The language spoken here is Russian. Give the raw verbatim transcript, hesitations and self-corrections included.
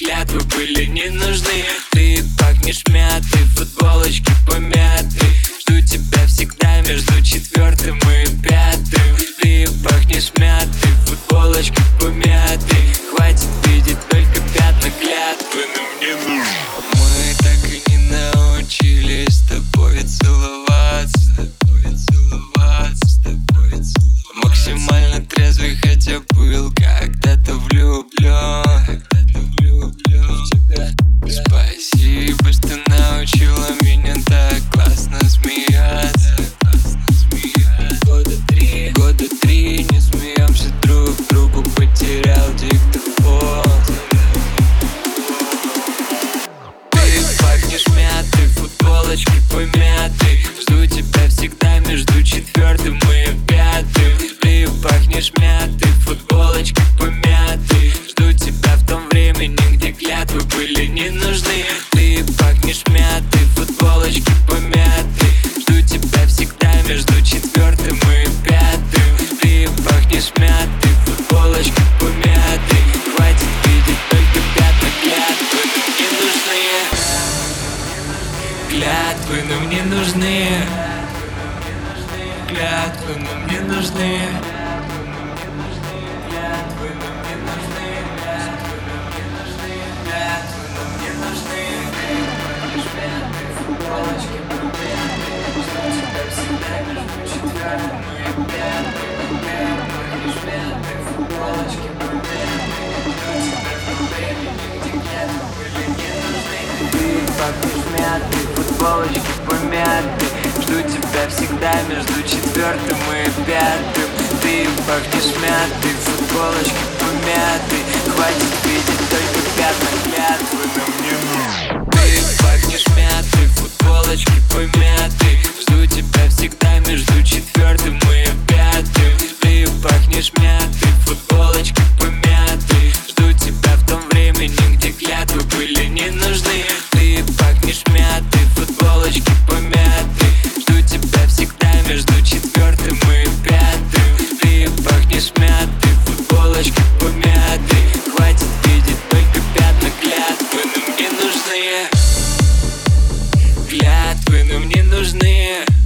клятвы были не нужны. Ты пахнешь мятой, футболочки помяты. Жду тебя всегда между четвертым и пятым. Ты пахнешь мятой, футболочки помяты. Хватит видеть только пятна клятвы, но мне нужно. Мы так и не научились с тобой целоваться. Максимально трезвый, хотя был когда-то влюблен. Спасибо, что научила меня так классно смеяться. Года три, года три не смеемся друг другу, потерял диктофон. Ты пахнешь мятой, футболочки помятой. Жду тебя всегда между четвертым и пятым. Ты пахнешь мятой, футболочки помятой. Жду тебя в том времени, где клятвы были не нужны. Ты пахнешь мятой, футболочки помятой. Жду тебя всегда между четвертым и пятым. Ты пахнешь мятой, футболочки помятой. Хватит видеть только пятна клятвы, но мне нужны. Клятвы, но мне нужны. Клятвы, но мне нужны. Клятвы, но мне нужны. Клятвы, но мне нужны. Футболочки помяты. Жду тебя всегда между четвертым и пятым. Мяты, футболочки помяты. Жду тебя в том времени, где клятвы были не нужны. Ты пахнешь мятой, футболочки помяты. Жду тебя всегда между четвертым и пятым. Ты пахнешь мятой, футболочки помятой. Хватит видеть только пятна клятвы, но мне нужно. Ты пахнешь мятой, футболочки помятой. Жду тебя всегда между четвертым и пятым. Ты пахнешь мятой, футболочки помятой. Жду тебя в том времени, где клятвы были не нужны. Ты пахнешь мятой, футболочки помятой. Жду тебя всегда между четвертым и пятым. Ты пахнешь мятой, футболочки помятой. Хватит видеть только пятна клятвы, но мне нужны. Клятвы, но мне нужны.